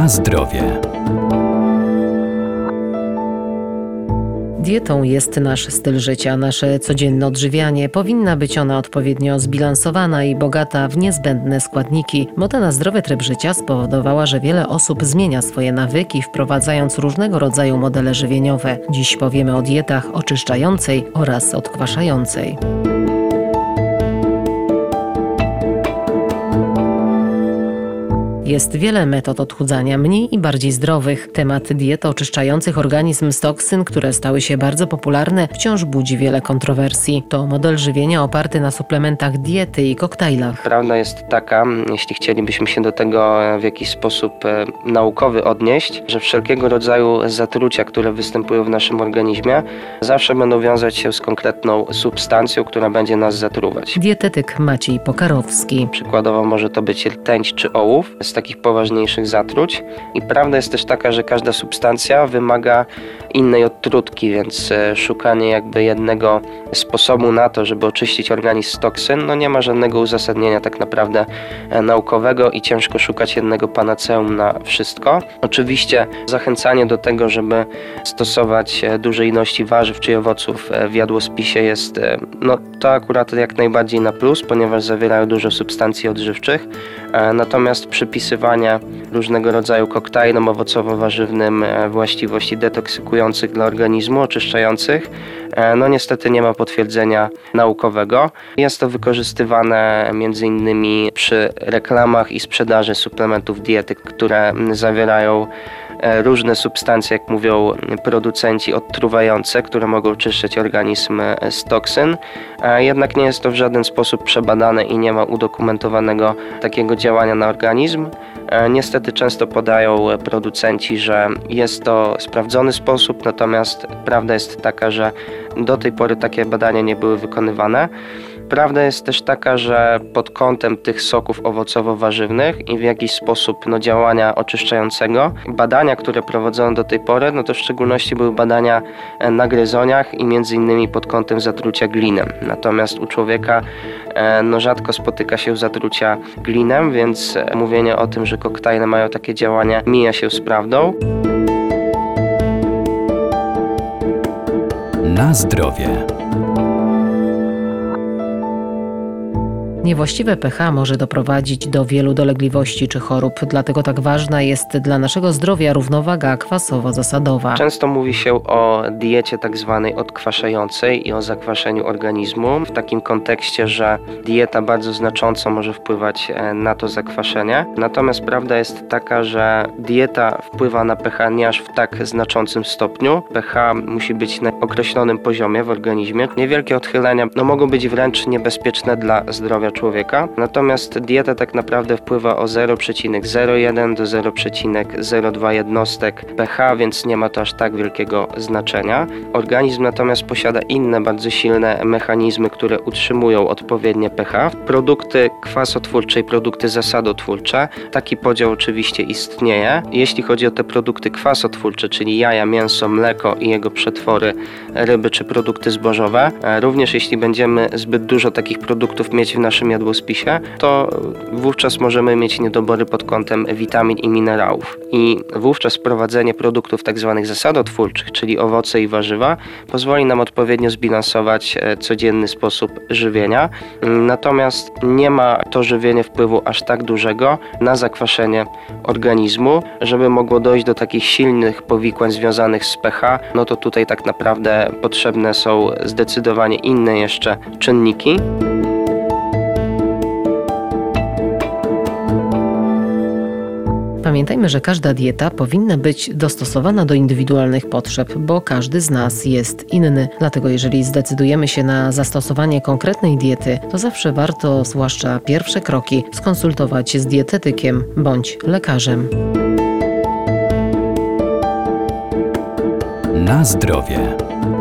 Na zdrowie. Dietą jest nasz styl życia, nasze codzienne odżywianie. Powinna być ona odpowiednio zbilansowana i bogata w niezbędne składniki. Moda na zdrowy tryb życia spowodowała, że wiele osób zmienia swoje nawyki, wprowadzając różnego rodzaju modele żywieniowe. Dziś powiemy o dietach oczyszczającej oraz odkwaszającej. Jest wiele metod odchudzania, mniej i bardziej zdrowych. Temat diet oczyszczających organizm z toksyn, które stały się bardzo popularne, wciąż budzi wiele kontrowersji. To model żywienia oparty na suplementach diety i koktajlach. Prawda jest taka, jeśli chcielibyśmy się do tego w jakiś sposób naukowy odnieść, że wszelkiego rodzaju zatrucia, które występują w naszym organizmie, zawsze będą wiązać się z konkretną substancją, która będzie nas zatruwać. Dietetyk Maciej Pokarowski. Przykładowo może to być rtęć czy ołów z takich poważniejszych zatruć. I prawda jest też taka, że każda substancja wymaga innej odtrutki, więc szukanie jakby jednego sposobu na to, żeby oczyścić organizm z toksyn, nie ma żadnego uzasadnienia tak naprawdę naukowego i ciężko szukać jednego panaceum na wszystko. Oczywiście zachęcanie do tego, żeby stosować duże ilości warzyw czy owoców w jadłospisie jest to akurat jak najbardziej na plus, ponieważ zawierają dużo substancji odżywczych. Natomiast przypisywanie różnego rodzaju koktajlom owocowo-warzywnym właściwości detoksykujących dla organizmu, oczyszczających, niestety nie ma potwierdzenia naukowego. Jest to wykorzystywane m.in. przy reklamach i sprzedaży suplementów diety, które zawierają różne substancje, jak mówią producenci, odtruwające, które mogą oczyszczać organizm z toksyn. Jednak nie jest to w żaden sposób przebadane i nie ma udokumentowanego takiego działania na organizm. Niestety często podają producenci, że jest to sprawdzony sposób, natomiast prawda jest taka, że do tej pory takie badania nie były wykonywane. Prawda jest też taka, że pod kątem tych soków owocowo-warzywnych i w jakiś sposób działania oczyszczającego, badania, które prowadzono do tej pory, to w szczególności były badania na gryzoniach i między innymi pod kątem zatrucia glinem. Natomiast u człowieka rzadko spotyka się zatrucia glinem, więc mówienie o tym, że koktajle mają takie działanie, mija się z prawdą. Na zdrowie. Niewłaściwe pH może doprowadzić do wielu dolegliwości czy chorób, dlatego tak ważna jest dla naszego zdrowia równowaga kwasowo-zasadowa. Często mówi się o diecie tak zwanej odkwaszającej i o zakwaszeniu organizmu w takim kontekście, że dieta bardzo znacząco może wpływać na to zakwaszenie. Natomiast prawda jest taka, że dieta wpływa na pH nie aż w tak znaczącym stopniu. pH musi być na określonym poziomie w organizmie. Niewielkie odchylenia mogą być wręcz niebezpieczne dla zdrowia człowieka. Natomiast dieta tak naprawdę wpływa o 0,01 do 0,02 jednostek pH, więc nie ma to aż tak wielkiego znaczenia. Organizm natomiast posiada inne bardzo silne mechanizmy, które utrzymują odpowiednie pH. Produkty kwasotwórcze i produkty zasadotwórcze. Taki podział oczywiście istnieje. Jeśli chodzi o te produkty kwasotwórcze, czyli jaja, mięso, mleko i jego przetwory, ryby czy produkty zbożowe, również jeśli będziemy zbyt dużo takich produktów mieć w naszym jadłospisie, to wówczas możemy mieć niedobory pod kątem witamin i minerałów. I wówczas wprowadzenie produktów tak zwanych zasadotwórczych, czyli owoce i warzywa, pozwoli nam odpowiednio zbilansować codzienny sposób żywienia. Natomiast nie ma to żywienie wpływu aż tak dużego na zakwaszenie organizmu, żeby mogło dojść do takich silnych powikłań związanych z pH, to tutaj tak naprawdę potrzebne są zdecydowanie inne jeszcze czynniki. Pamiętajmy, że każda dieta powinna być dostosowana do indywidualnych potrzeb, bo każdy z nas jest inny. Dlatego jeżeli zdecydujemy się na zastosowanie konkretnej diety, to zawsze warto, zwłaszcza pierwsze kroki, skonsultować z dietetykiem bądź lekarzem. Na zdrowie.